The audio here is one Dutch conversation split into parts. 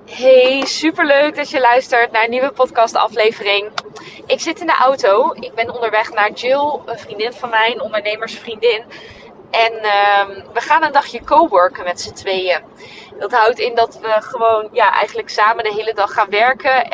Hey, superleuk dat je luistert naar een nieuwe podcastaflevering. Ik zit in de auto. Ik ben onderweg naar Jill, een vriendin van mij, een ondernemersvriendin. En we gaan een dagje coworken met z'n tweeën. Dat houdt in dat we gewoon eigenlijk samen de hele dag gaan werken.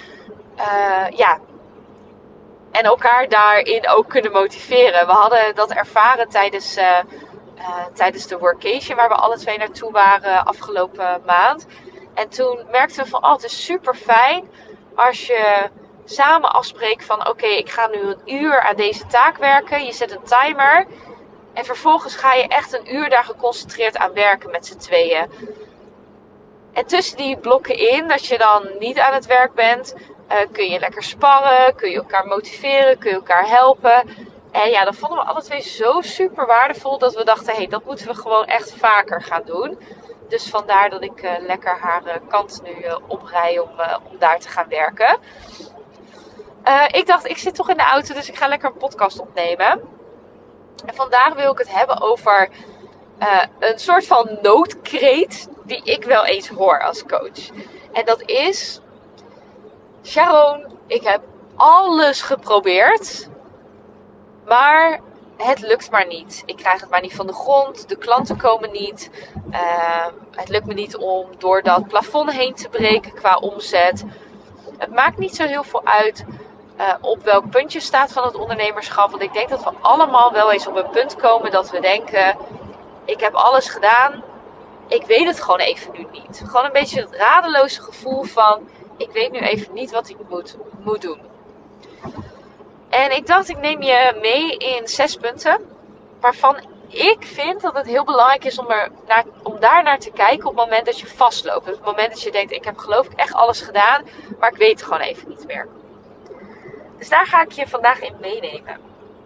En elkaar daarin ook kunnen motiveren. We hadden dat ervaren tijdens de workation waar we alle twee naartoe waren afgelopen maand. En toen merkten we van, het is super fijn als je samen afspreekt van, oké, ik ga nu een uur aan deze taak werken. Je zet een timer en vervolgens ga je echt een uur daar geconcentreerd aan werken met z'n tweeën. En tussen die blokken in, dat je dan niet aan het werk bent, kun je lekker sparren, kun je elkaar motiveren, kun je elkaar helpen. En ja, dat vonden we alle twee zo super waardevol dat we dachten, dat moeten we gewoon echt vaker gaan doen. Dus vandaar dat ik lekker haar kant nu oprij om daar te gaan werken. Ik dacht, ik zit toch in de auto, dus ik ga lekker een podcast opnemen. En vandaag wil ik het hebben over een soort van noodkreet die ik wel eens hoor als coach. En dat is: Sharon, ik heb alles geprobeerd, maar het lukt maar niet. Ik krijg het maar niet van de grond. De klanten komen niet. Het lukt me niet om door dat plafond heen te breken qua omzet. Het maakt niet zo heel veel uit op welk punt je staat van het ondernemerschap. Want ik denk dat we allemaal wel eens op een punt komen dat we denken: ik heb alles gedaan. Ik weet het gewoon even nu niet. Gewoon een beetje het radeloze gevoel van: ik weet nu even niet wat ik moet doen. En ik dacht, ik neem je mee in 6 punten. Waarvan ik vind dat het heel belangrijk is om daar naar te kijken op het moment dat je vastloopt. Op het moment dat je denkt, ik heb geloof ik echt alles gedaan, maar ik weet het gewoon even niet meer. Dus daar ga ik je vandaag in meenemen.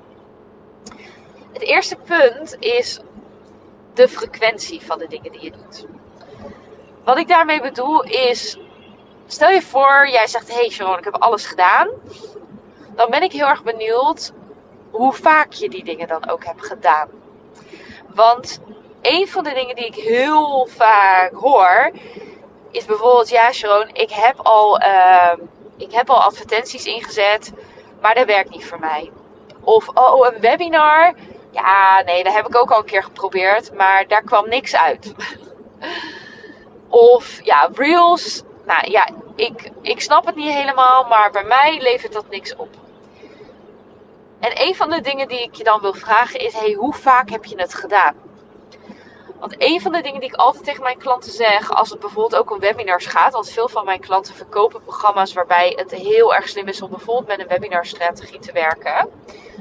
Het eerste punt is de frequentie van de dingen die je doet. Wat ik daarmee bedoel is, stel je voor, jij zegt, hey Sharon, ik heb alles gedaan. Dan ben ik heel erg benieuwd hoe vaak je die dingen dan ook hebt gedaan. Want een van de dingen die ik heel vaak hoor is bijvoorbeeld: ja Sharon, ik heb al advertenties ingezet, maar dat werkt niet voor mij. Of een webinar, ja nee, dat heb ik ook al een keer geprobeerd, maar daar kwam niks uit. Of ja, Reels, nou ja, ik snap het niet helemaal, maar bij mij levert dat niks op. En een van de dingen die ik je dan wil vragen is: hoe vaak heb je het gedaan? Want een van de dingen die ik altijd tegen mijn klanten zeg, als het bijvoorbeeld ook om webinars gaat, want veel van mijn klanten verkopen programma's waarbij het heel erg slim is om bijvoorbeeld met een webinarstrategie te werken.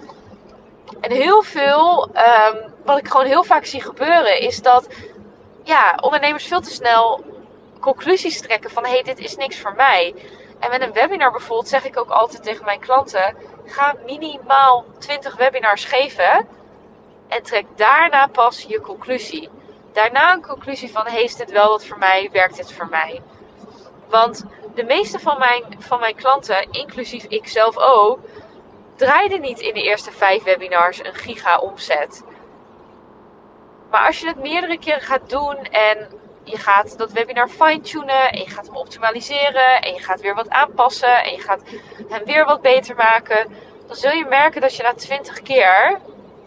En heel veel, wat ik gewoon heel vaak zie gebeuren, is dat ondernemers veel te snel conclusies trekken van: dit is niks voor mij. En met een webinar bijvoorbeeld zeg ik ook altijd tegen mijn klanten: ga minimaal 20 webinars geven en trek daarna pas je conclusie. Daarna een conclusie van: is dit wel wat voor mij? Werkt dit voor mij? Want de meeste van mijn klanten, inclusief ik zelf ook, draaiden niet in de eerste 5 webinars een giga omzet. Maar als je het meerdere keren gaat doen en je gaat dat webinar fine-tunen en je gaat hem optimaliseren en je gaat weer wat aanpassen en je gaat hem weer wat beter maken, dan zul je merken dat je na 20 keer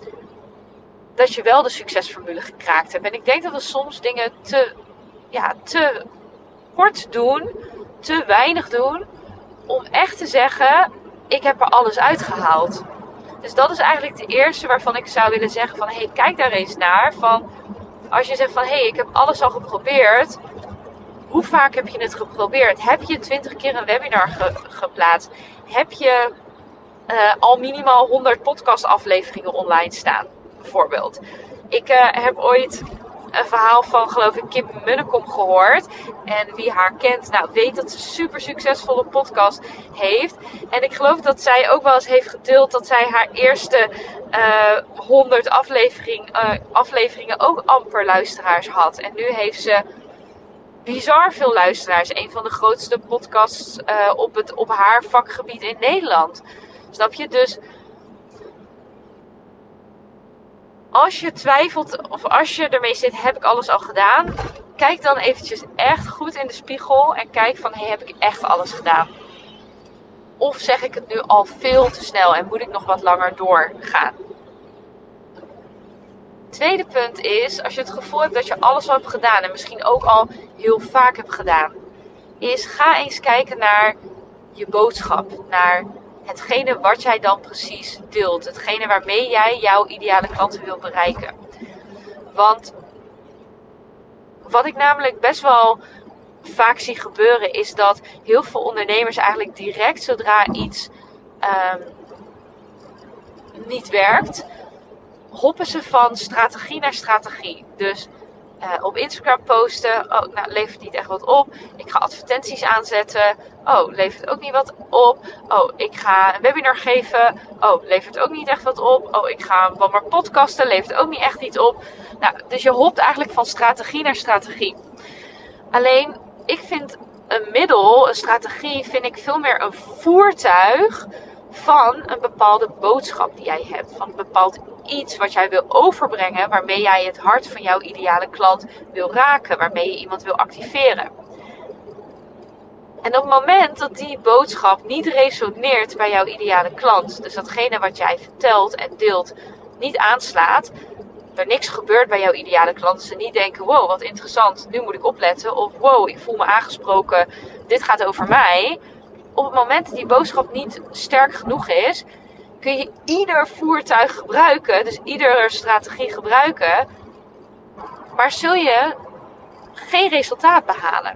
dat je wel de succesformule gekraakt hebt. En ik denk dat we soms dingen te kort doen, te weinig doen, om echt te zeggen: ik heb er alles uitgehaald. Dus dat is eigenlijk de eerste waarvan ik zou willen zeggen van: kijk daar eens naar. Van, als je zegt van: ik heb alles al geprobeerd. Hoe vaak heb je het geprobeerd? Heb je 20 keer een webinar geplaatst? Heb je al minimaal 100 podcastafleveringen online staan? Bijvoorbeeld. Ik heb ooit een verhaal van, geloof ik, Kim Munnekom gehoord. En wie haar kent, weet dat ze een super succesvolle podcast heeft. En ik geloof dat zij ook wel eens heeft gedeeld dat zij haar eerste 100 afleveringen ook amper luisteraars had. En nu heeft ze bizar veel luisteraars. Een van de grootste podcasts op haar vakgebied in Nederland. Snap je? Dus Als je twijfelt of als je ermee zit, heb ik alles al gedaan? Kijk dan eventjes echt goed in de spiegel en kijk van, heb ik echt alles gedaan? Of zeg ik het nu al veel te snel en moet ik nog wat langer doorgaan? Tweede punt is, als je het gevoel hebt dat je alles al hebt gedaan en misschien ook al heel vaak hebt gedaan, is ga eens kijken naar je boodschap, naar hetgene wat jij dan precies deelt, hetgene waarmee jij jouw ideale klanten wil bereiken. Want wat ik namelijk best wel vaak zie gebeuren is dat heel veel ondernemers eigenlijk direct zodra iets niet werkt, hoppen ze van strategie naar strategie. Dus op Instagram posten, oh, nou levert niet echt wat op. Ik ga advertenties aanzetten, oh, levert ook niet wat op. Oh, ik ga een webinar geven, oh, levert ook niet echt wat op. Oh, ik ga wat maar podcasten, levert ook niet echt iets op. Nou, dus je hopt eigenlijk van strategie naar strategie. Alleen, ik vind een strategie, vind ik veel meer een voertuig van een bepaalde boodschap die jij hebt. Van een bepaald iets wat jij wil overbrengen, waarmee jij het hart van jouw ideale klant wil raken, waarmee je iemand wil activeren. En op het moment dat die boodschap niet resoneert bij jouw ideale klant, dus datgene wat jij vertelt en deelt niet aanslaat, er niks gebeurt bij jouw ideale klant, ze niet denken, wow, wat interessant, nu moet ik opletten, of wow, ik voel me aangesproken, dit gaat over mij. Op het moment dat die boodschap niet sterk genoeg is, kun je ieder voertuig gebruiken, dus iedere strategie gebruiken, maar zul je geen resultaat behalen.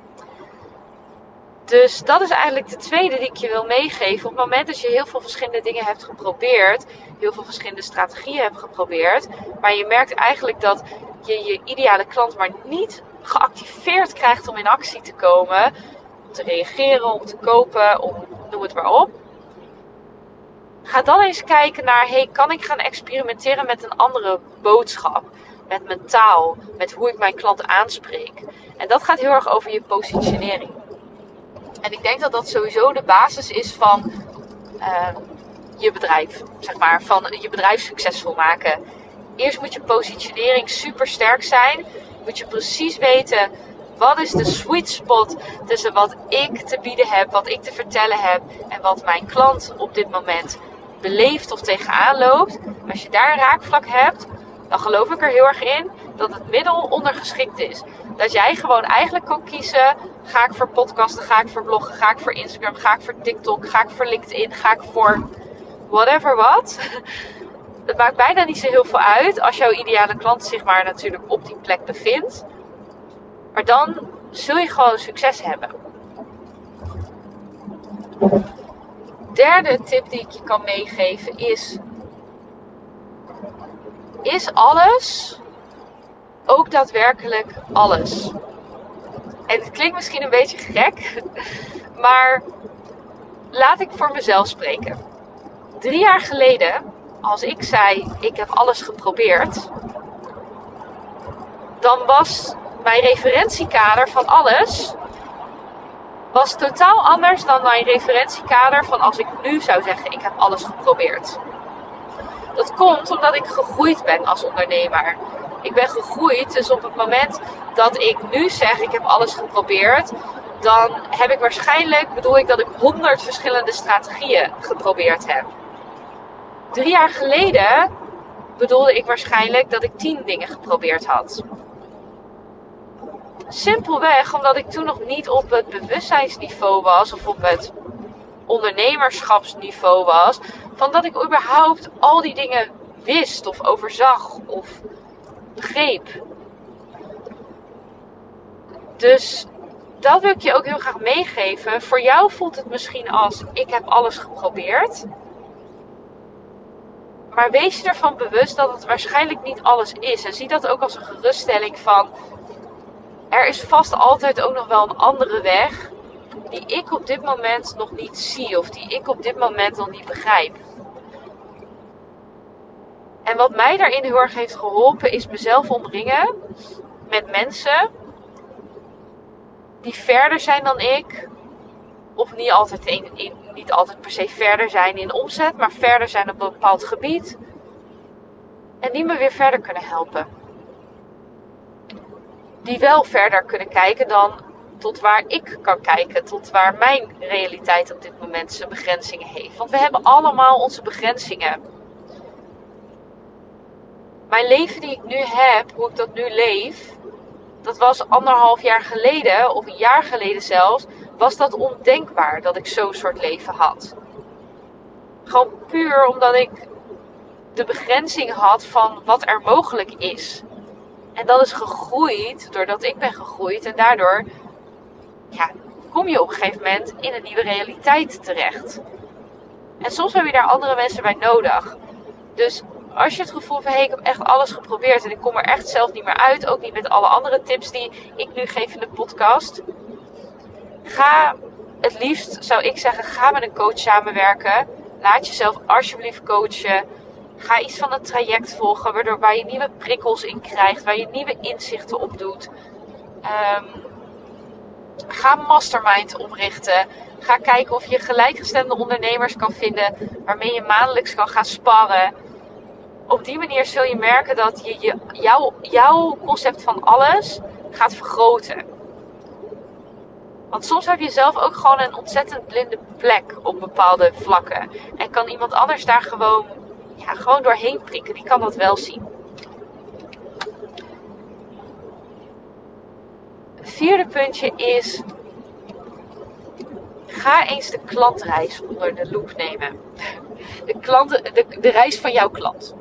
Dus dat is eigenlijk de tweede die ik je wil meegeven. Op het moment dat je heel veel verschillende dingen hebt geprobeerd, heel veel verschillende strategieën hebt geprobeerd, maar je merkt eigenlijk dat je je ideale klant maar niet geactiveerd krijgt om in actie te komen, om te reageren, om te kopen, noem het maar op. Ga dan eens kijken naar, kan ik gaan experimenteren met een andere boodschap? Met mijn taal, met hoe ik mijn klant aanspreek. En dat gaat heel erg over je positionering. En ik denk dat dat sowieso de basis is van je bedrijf. Zeg maar, van je bedrijf succesvol maken. Eerst moet je positionering super sterk zijn. Moet je precies weten, wat is de sweet spot tussen wat ik te bieden heb, wat ik te vertellen heb en wat mijn klant op dit moment beleeft of tegenaan loopt. Als je daar een raakvlak hebt, dan geloof ik er heel erg in dat het middel ondergeschikt is. Dat jij gewoon eigenlijk kan kiezen, ga ik voor podcasten, ga ik voor bloggen, ga ik voor Instagram, ga ik voor TikTok, ga ik voor LinkedIn, ga ik voor whatever wat. Het maakt bijna niet zo heel veel uit als jouw ideale klant zich maar natuurlijk op die plek bevindt. Maar dan zul je gewoon succes hebben. Derde tip die ik je kan meegeven is alles ook daadwerkelijk alles? En het klinkt misschien een beetje gek, maar laat ik voor mezelf spreken. 3 jaar geleden, als ik zei, ik heb alles geprobeerd, dan was mijn referentiekader van alles was totaal anders dan mijn referentiekader van als ik nu zou zeggen, ik heb alles geprobeerd. Dat komt omdat ik gegroeid ben als ondernemer. Ik ben gegroeid, dus op het moment dat ik nu zeg, ik heb alles geprobeerd, dan heb ik bedoel ik dat ik 100 verschillende strategieën geprobeerd heb. 3 jaar geleden bedoelde ik waarschijnlijk dat ik 10 dingen geprobeerd had. Simpelweg omdat ik toen nog niet op het bewustzijnsniveau was of op het ondernemerschapsniveau was, van dat ik überhaupt al die dingen wist of overzag of begreep. Dus dat wil ik je ook heel graag meegeven. Voor jou voelt het misschien als, ik heb alles geprobeerd. Maar wees je ervan bewust dat het waarschijnlijk niet alles is. En zie dat ook als een geruststelling van, er is vast altijd ook nog wel een andere weg die ik op dit moment nog niet zie of die ik op dit moment nog niet begrijp. En wat mij daarin heel erg heeft geholpen is mezelf omringen met mensen die verder zijn dan ik. Of niet altijd per se verder zijn in omzet, maar verder zijn op een bepaald gebied. En die me weer verder kunnen helpen. Die wel verder kunnen kijken dan tot waar ik kan kijken. Tot waar mijn realiteit op dit moment zijn begrenzingen heeft. Want we hebben allemaal onze begrenzingen. Mijn leven die ik nu heb, hoe ik dat nu leef, dat was 1,5 jaar geleden, of een jaar geleden zelfs, was dat ondenkbaar dat ik zo'n soort leven had. Gewoon puur omdat ik de begrenzing had van wat er mogelijk is. En dat is gegroeid doordat ik ben gegroeid en daardoor kom je op een gegeven moment in een nieuwe realiteit terecht. En soms heb je daar andere mensen bij nodig. Dus als je het gevoel van, ik heb echt alles geprobeerd en ik kom er echt zelf niet meer uit, ook niet met alle andere tips die ik nu geef in de podcast. Ga, het liefst zou ik zeggen, ga met een coach samenwerken. Laat jezelf alsjeblieft coachen. Ga iets van het traject volgen, waar je nieuwe prikkels in krijgt, waar je nieuwe inzichten op doet. Ga een mastermind oprichten. Ga kijken of je gelijkgestemde ondernemers kan vinden waarmee je maandelijks kan gaan sparren. Op die manier zul je merken dat je jouw concept van alles gaat vergroten. Want soms heb je zelf ook gewoon een ontzettend blinde plek op bepaalde vlakken. En kan iemand anders daar gewoon doorheen prikken. Die kan dat wel zien. Het vierde puntje is, ga eens de klantreis onder de loep nemen. De reis van jouw klant.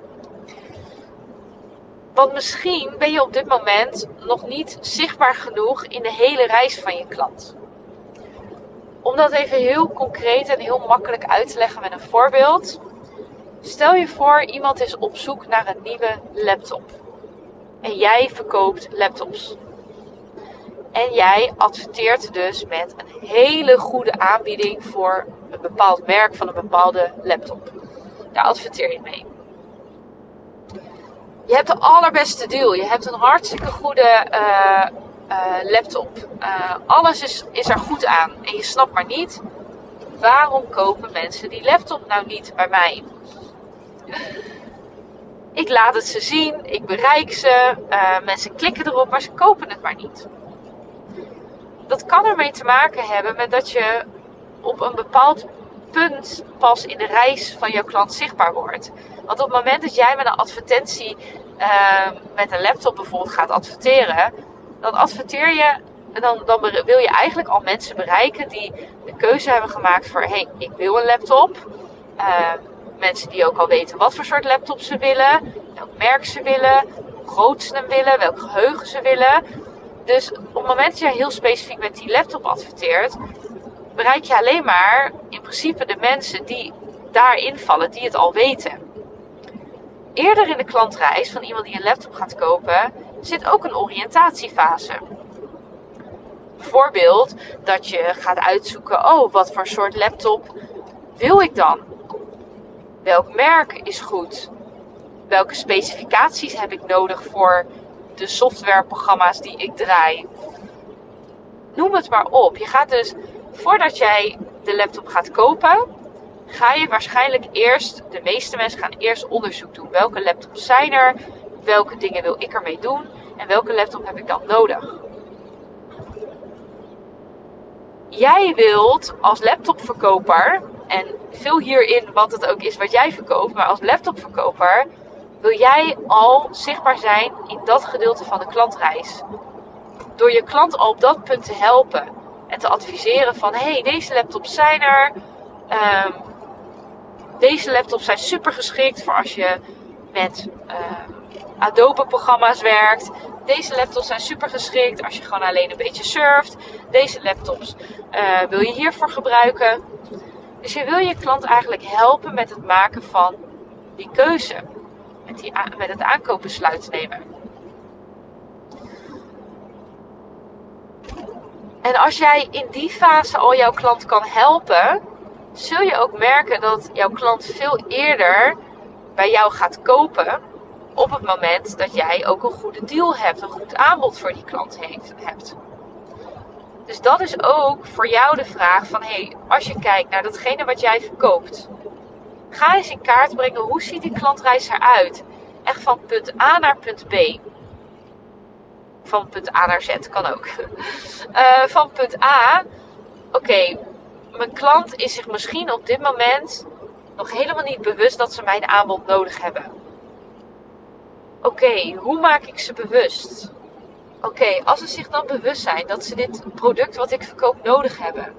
Want misschien ben je op dit moment nog niet zichtbaar genoeg in de hele reis van je klant. Om dat even heel concreet en heel makkelijk uit te leggen met een voorbeeld. Stel je voor, iemand is op zoek naar een nieuwe laptop. En jij verkoopt laptops. En jij adverteert dus met een hele goede aanbieding voor een bepaald merk van een bepaalde laptop. Daar adverteer je mee. Je hebt de allerbeste deal. Je hebt een hartstikke goede laptop. Alles is er goed aan. En je snapt maar niet, waarom kopen mensen die laptop nou niet bij mij? Ik laat het ze zien. Ik bereik ze. Mensen klikken erop, maar ze kopen het maar niet. Dat kan ermee te maken hebben met dat je op een bepaald punt pas in de reis van jouw klant zichtbaar wordt. Want op het moment dat jij met een advertentie met een laptop bijvoorbeeld gaat adverteren, dan adverteer je en dan wil je eigenlijk al mensen bereiken die de keuze hebben gemaakt voor, ik wil een laptop. Mensen die ook al weten wat voor soort laptop ze willen, welk merk ze willen, hoe groot ze hem willen, welk geheugen ze willen. Dus op het moment dat je heel specifiek met die laptop adverteert, bereik je alleen maar in principe de mensen die daarin vallen, die het al weten. Eerder in de klantreis van iemand die een laptop gaat kopen, zit ook een oriëntatiefase. Bijvoorbeeld dat je gaat uitzoeken, wat voor soort laptop wil ik dan? Welk merk is goed? Welke specificaties heb ik nodig voor de softwareprogramma's die ik draai? Noem het maar op. Je gaat dus, voordat jij de laptop gaat kopen, ga je waarschijnlijk de meeste mensen gaan eerst onderzoek doen. Welke laptops zijn er? Welke dingen wil ik ermee doen? En welke laptop heb ik dan nodig? Jij wilt als laptopverkoper, en vul hierin wat het ook is wat jij verkoopt, maar als laptopverkoper wil jij al zichtbaar zijn in dat gedeelte van de klantreis. Door je klant al op dat punt te helpen en te adviseren van, deze laptops zijn er. Deze laptops zijn super geschikt voor als je met Adobe programma's werkt. Deze laptops zijn super geschikt als je gewoon alleen een beetje surft. Deze laptops wil je hiervoor gebruiken. Dus je wil je klant eigenlijk helpen met het maken van die keuze. Met het aankoopbesluit nemen. En als jij in die fase al jouw klant kan helpen, zul je ook merken dat jouw klant veel eerder bij jou gaat kopen op het moment dat jij ook een goede deal hebt, een goed aanbod voor die klant hebt. Dus dat is ook voor jou de vraag van, als je kijkt naar datgene wat jij verkoopt, ga eens in kaart brengen, hoe ziet die klantreis eruit? echt van punt A naar punt B. Van punt A naar Z, kan ook. Van punt A, oké, mijn klant is zich misschien op dit moment nog helemaal niet bewust dat ze mijn aanbod nodig hebben. Oké, hoe maak ik ze bewust? Oké, als ze zich dan bewust zijn dat ze dit product wat ik verkoop nodig hebben.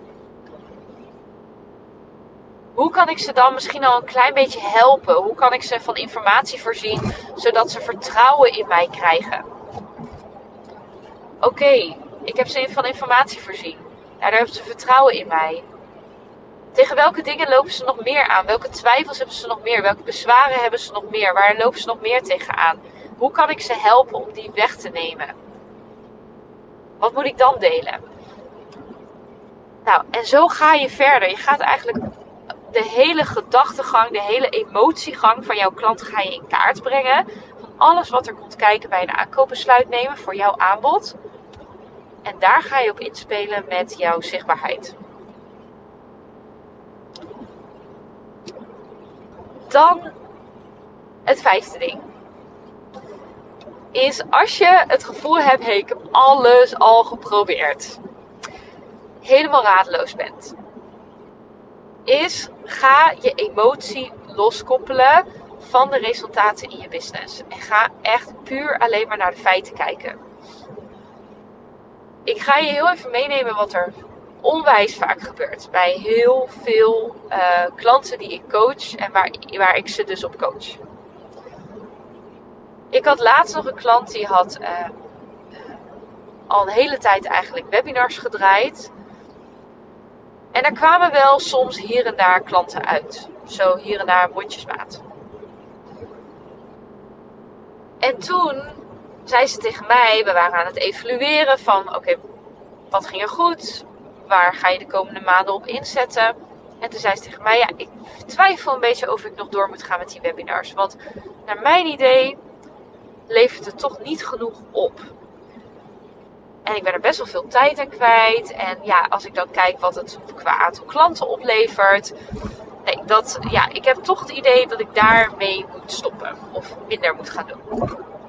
Hoe kan ik ze dan misschien al een klein beetje helpen? Hoe kan ik ze van informatie voorzien, zodat ze vertrouwen in mij krijgen? Oké, ik heb ze van informatie voorzien. Daar hebben ze vertrouwen in mij. Tegen welke dingen lopen ze nog meer aan? Welke twijfels hebben ze nog meer? Welke bezwaren hebben ze nog meer? Waar lopen ze nog meer tegenaan? Hoe kan ik ze helpen om die weg te nemen? Wat moet ik dan delen? Nou, en zo ga je verder. Je gaat eigenlijk de hele gedachtegang, de hele emotiegang van jouw klant ga je in kaart brengen. Van alles wat er komt kijken bij een aankoopbesluit nemen voor jouw aanbod. En daar ga je op inspelen met jouw zichtbaarheid. Dan het vijfde ding. Is als je het gevoel hebt, hey, ik heb alles al geprobeerd. Helemaal radeloos bent. Is ga je emotie loskoppelen van de resultaten in je business. En ga echt puur alleen maar naar de feiten kijken. Ik ga je heel even meenemen wat er onwijs vaak gebeurt. Bij heel veel klanten die ik coach en waar ik ze dus op coach. Ik had laatst nog een klant die had al een hele tijd eigenlijk webinars gedraaid. En er kwamen wel soms hier en daar klanten uit. Zo hier en daar mondjesmaat. En toen zei ze tegen mij, we waren aan het evalueren van oké, wat ging er goed? Waar ga je de komende maanden op inzetten? En toen zei ze tegen mij, ja, ik twijfel een beetje of ik nog door moet gaan met die webinars. Want naar mijn idee levert het toch niet genoeg op. En ik ben er best wel veel tijd aan kwijt. En ja, als ik dan kijk wat het qua aantal klanten oplevert. Nee, ik heb toch het idee dat ik daarmee moet stoppen. Of minder moet gaan doen.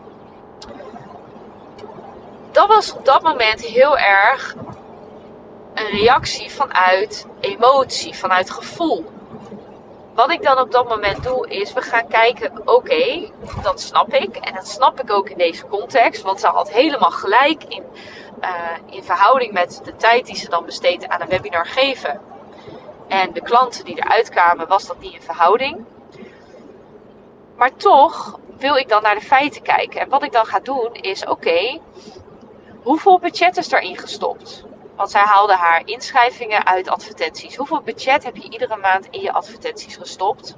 Dat was op dat moment heel erg een reactie vanuit emotie, vanuit gevoel. Wat ik dan op dat moment doe is, we gaan kijken, oké, dat snap ik. En dat snap ik ook in deze context. Want ze had helemaal gelijk in verhouding met de tijd die ze dan besteedde aan een webinar geven. En de klanten die eruit kwamen, was dat niet in verhouding. Maar toch wil ik dan naar de feiten kijken. En wat ik dan ga doen is, oké, hoeveel budget is erin gestopt? Want zij haalde haar inschrijvingen uit advertenties. Hoeveel budget heb je iedere maand in je advertenties gestopt?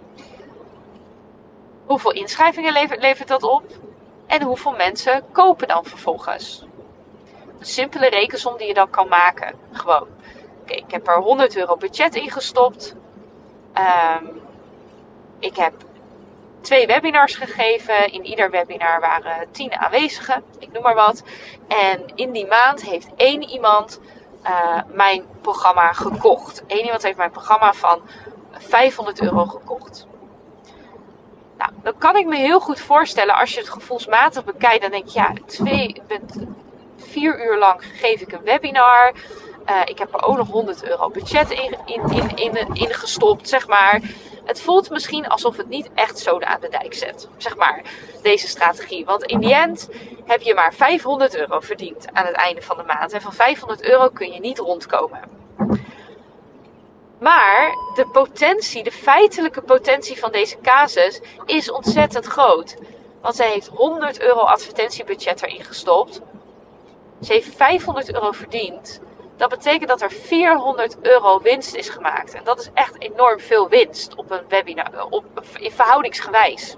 Hoeveel inschrijvingen levert dat op? En hoeveel mensen kopen dan vervolgens? Een simpele rekensom die je dan kan maken. Gewoon, oké, ik heb er €100 budget in gestopt. Ik heb 2 webinars gegeven. In ieder webinar waren 10 aanwezigen. Ik noem maar wat. En in die maand heeft 1 iemand mijn programma gekocht. 1 iemand heeft mijn programma van €500 gekocht. Nou, dan kan ik me heel goed voorstellen, als je het gevoelsmatig bekijkt, dan denk je, ja, 4 uur lang geef ik een webinar. Ik heb er ook nog €100 budget in gestopt, zeg maar. Het voelt misschien alsof het niet echt zoden aan de dijk zet, zeg maar, deze strategie. Want in die end heb je maar €500 verdiend aan het einde van de maand. En van €500 kun je niet rondkomen. Maar de potentie, de feitelijke potentie van deze casus is ontzettend groot. Want zij heeft €100 advertentiebudget erin gestopt. Ze heeft €500 verdiend. Dat betekent dat er €400 winst is gemaakt. En dat is echt enorm veel winst op een webinar, in verhoudingsgewijs.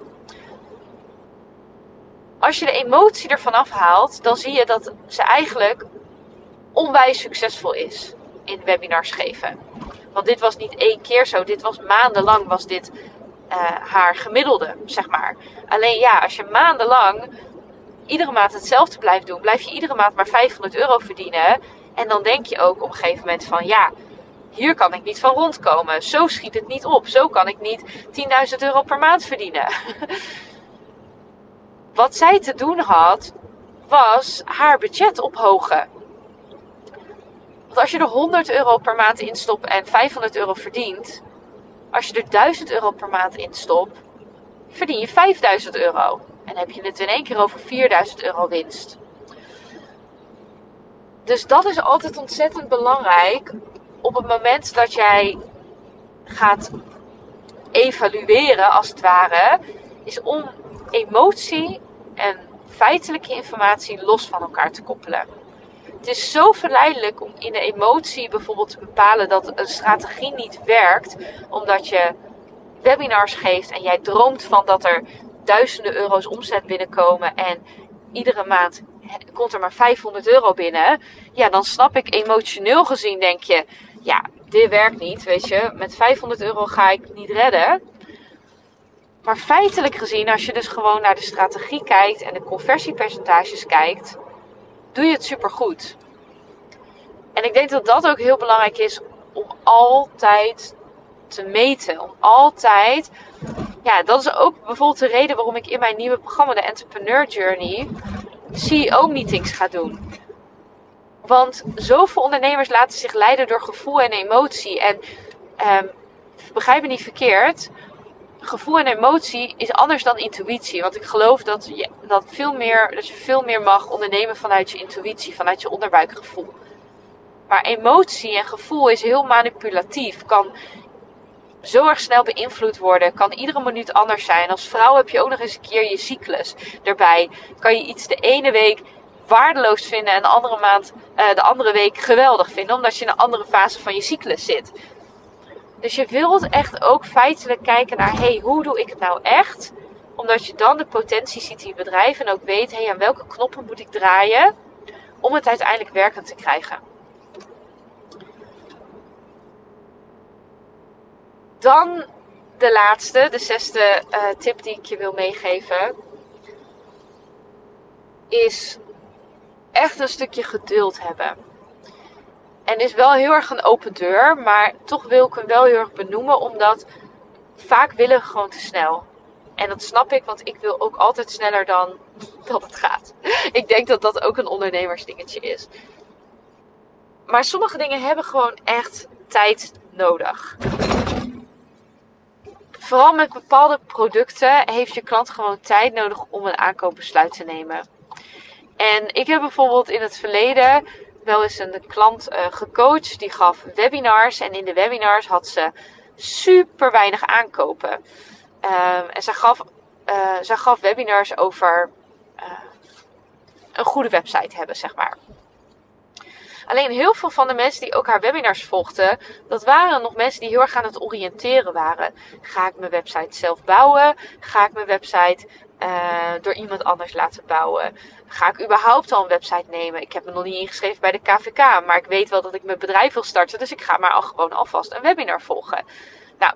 Als je de emotie ervan afhaalt, dan zie je dat ze eigenlijk onwijs succesvol is in webinars geven. Want dit was niet 1 keer zo, dit was maandenlang was dit haar gemiddelde, zeg maar. Alleen ja, als je maandenlang iedere maand hetzelfde blijft doen, blijf je iedere maand maar €500 verdienen. En dan denk je ook op een gegeven moment van, ja, hier kan ik niet van rondkomen. Zo schiet het niet op. Zo kan ik niet €10.000 per maand verdienen. wat zij te doen had, was haar budget ophogen. Want als je er 100 euro per maand instopt en 500 euro verdient, als je er 1000 euro per maand instopt, verdien je 5000 euro. En heb je het in één keer over 4000 euro winst. Dus dat is altijd ontzettend belangrijk op het moment dat jij gaat evalueren, als het ware, is om emotie en feitelijke informatie los van elkaar te koppelen. Het is zo verleidelijk om in de emotie bijvoorbeeld te bepalen dat een strategie niet werkt, omdat je webinars geeft en jij droomt van dat er duizenden euro's omzet binnenkomen en iedere maand komt er maar 500 euro binnen. Ja, dan snap ik, emotioneel gezien denk je, ja, dit werkt niet, weet je. Met 500 euro ga ik niet redden. Maar feitelijk gezien, als je dus gewoon naar de strategie kijkt en de conversiepercentages kijkt, doe je het supergoed. En ik denk dat dat ook heel belangrijk is om altijd te meten. Om altijd, ja, dat is ook bijvoorbeeld de reden waarom ik in mijn nieuwe programma, de Entrepreneur Journey, CEO-meetings ga doen. Want zoveel ondernemers laten zich leiden door gevoel en emotie. En begrijp me niet verkeerd, gevoel en emotie is anders dan intuïtie. Want ik geloof dat je veel meer mag ondernemen vanuit je intuïtie, vanuit je onderbuikgevoel. Maar emotie en gevoel is heel manipulatief. Kan zo erg snel beïnvloed worden. Kan iedere minuut anders zijn. Als vrouw heb je ook nog eens een keer je cyclus erbij. Kan je iets de ene week waardeloos vinden en de andere week geweldig vinden. Omdat je in een andere fase van je cyclus zit. Dus je wilt echt ook feitelijk kijken naar, hoe doe ik het nou echt? Omdat je dan de potentie ziet in je bedrijf en ook weet, aan welke knoppen moet ik draaien om het uiteindelijk werkend te krijgen. Dan de laatste, de zesde tip die ik je wil meegeven, is echt een stukje geduld hebben. En is wel heel erg een open deur, maar toch wil ik hem wel heel erg benoemen, omdat vaak willen we gewoon te snel. En dat snap ik, want ik wil ook altijd sneller dan dat het gaat. Ik denk dat dat ook een ondernemersdingetje is. Maar sommige dingen hebben gewoon echt tijd nodig. Vooral met bepaalde producten heeft je klant gewoon tijd nodig om een aankoopbesluit te nemen. En ik heb bijvoorbeeld in het verleden wel eens een klant gecoacht. Die gaf webinars. En in de webinars had ze super weinig aankopen. En zij gaf webinars over een goede website hebben, zeg maar. Alleen heel veel van de mensen die ook haar webinars volgden, dat waren nog mensen die heel erg aan het oriënteren waren. Ga ik mijn website zelf bouwen? Ga ik mijn website door iemand anders laten bouwen? Ga ik überhaupt al een website nemen? Ik heb me nog niet ingeschreven bij de KVK, maar ik weet wel dat ik mijn bedrijf wil starten, dus ik ga maar gewoon alvast een webinar volgen. Nou,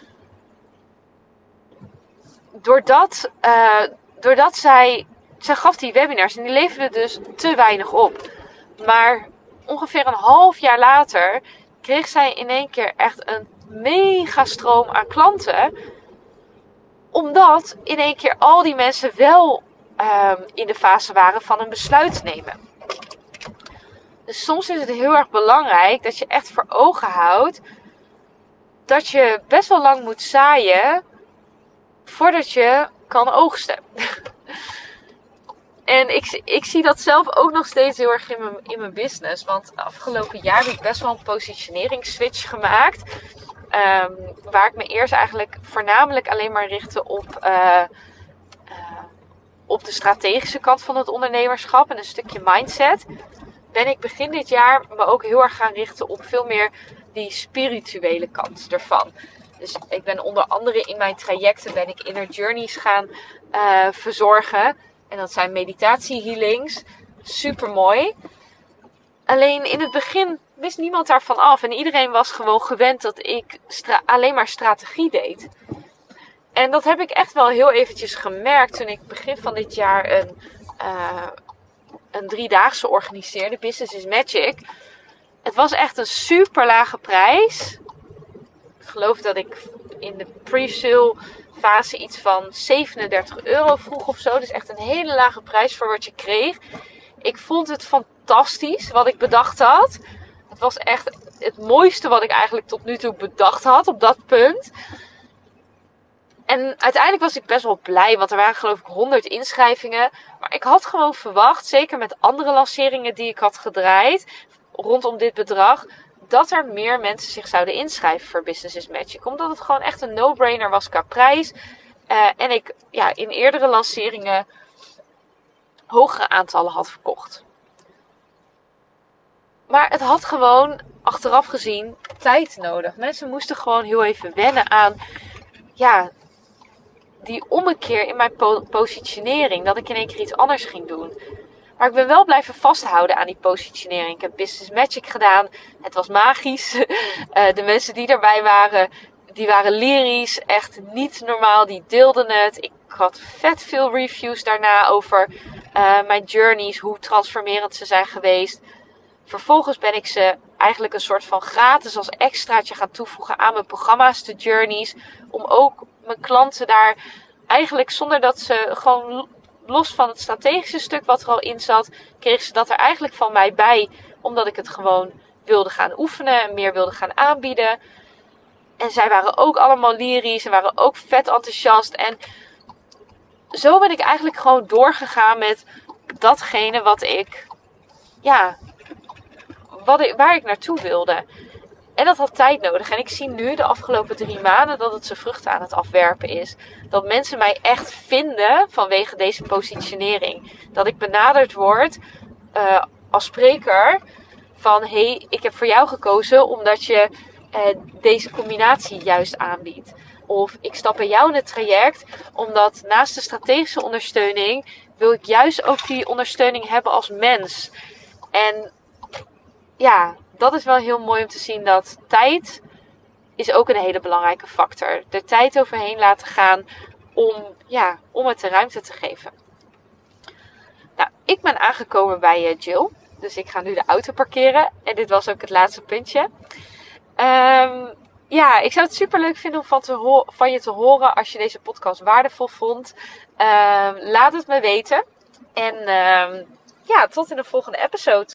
doordat zij gaf die webinars en die leverden dus te weinig op. Maar ongeveer een half jaar later kreeg zij in één keer echt een mega stroom aan klanten. Omdat in één keer al die mensen wel in de fase waren van een besluit nemen. Dus soms is het heel erg belangrijk dat je echt voor ogen houdt dat je best wel lang moet zaaien voordat je kan oogsten. En ik zie dat zelf ook nog steeds heel erg in mijn business. Want afgelopen jaar heb ik best wel een positioneringsswitch gemaakt. Waar ik me eerst eigenlijk voornamelijk alleen maar richtte op de strategische kant van het ondernemerschap en een stukje mindset. Ben ik begin dit jaar me ook heel erg gaan richten op veel meer die spirituele kant ervan. Dus ik ben onder andere in mijn trajecten inner journeys gaan verzorgen. En dat zijn meditatie-healings. Super mooi. Alleen in het begin wist niemand daarvan af. En iedereen was gewoon gewend dat ik alleen maar strategie deed. En dat heb ik echt wel heel eventjes gemerkt toen ik begin van dit jaar een 3-daagse organiseerde. Business is Magic. Het was echt een super lage prijs. Ik geloof dat ik in de pre-sale fase iets van €37 vroeg of zo. Dus echt een hele lage prijs voor wat je kreeg. Ik vond het fantastisch wat ik bedacht had. Het was echt het mooiste wat ik eigenlijk tot nu toe bedacht had op dat punt. En uiteindelijk was ik best wel blij, want er waren geloof ik 100 inschrijvingen. Maar ik had gewoon verwacht, zeker met andere lanceringen die ik had gedraaid rondom dit bedrag, dat er meer mensen zich zouden inschrijven voor Business is Magic. Omdat het gewoon echt een no-brainer was qua prijs. En ik in eerdere lanceringen hogere aantallen had verkocht. Maar het had gewoon, achteraf gezien, tijd nodig. Mensen moesten gewoon heel even wennen aan die ommekeer in mijn positionering. Dat ik in één keer iets anders ging doen. Maar ik ben wel blijven vasthouden aan die positionering. Ik heb Business Magic gedaan. Het was magisch. De mensen die erbij waren, die waren lyrisch. Echt niet normaal. Die deelden het. Ik had vet veel reviews daarna over mijn journeys. Hoe transformerend ze zijn geweest. Vervolgens ben ik ze eigenlijk een soort van gratis als extraatje gaan toevoegen aan mijn programma's, de journeys. Om ook mijn klanten daar eigenlijk zonder dat ze gewoon los van het strategische stuk wat er al in zat, kregen ze dat er eigenlijk van mij bij. Omdat ik het gewoon wilde gaan oefenen en meer wilde gaan aanbieden. En zij waren ook allemaal lyrisch en waren ook vet enthousiast. En zo ben ik eigenlijk gewoon doorgegaan met datgene waar ik naartoe wilde. En dat had tijd nodig. En ik zie nu de afgelopen 3 maanden dat het zijn vruchten aan het afwerpen is. Dat mensen mij echt vinden vanwege deze positionering. Dat ik benaderd word als spreker van hey, ik heb voor jou gekozen omdat je deze combinatie juist aanbiedt. Of ik stap bij jou in het traject omdat naast de strategische ondersteuning wil ik juist ook die ondersteuning hebben als mens. En dat is wel heel mooi om te zien dat tijd is ook een hele belangrijke factor. Er tijd overheen laten gaan om het de ruimte te geven. Nou, ik ben aangekomen bij Jill. Dus ik ga nu de auto parkeren. En dit was ook het laatste puntje. Ik zou het super leuk vinden om van je te horen als je deze podcast waardevol vond. Laat het me weten. En tot in de volgende episode.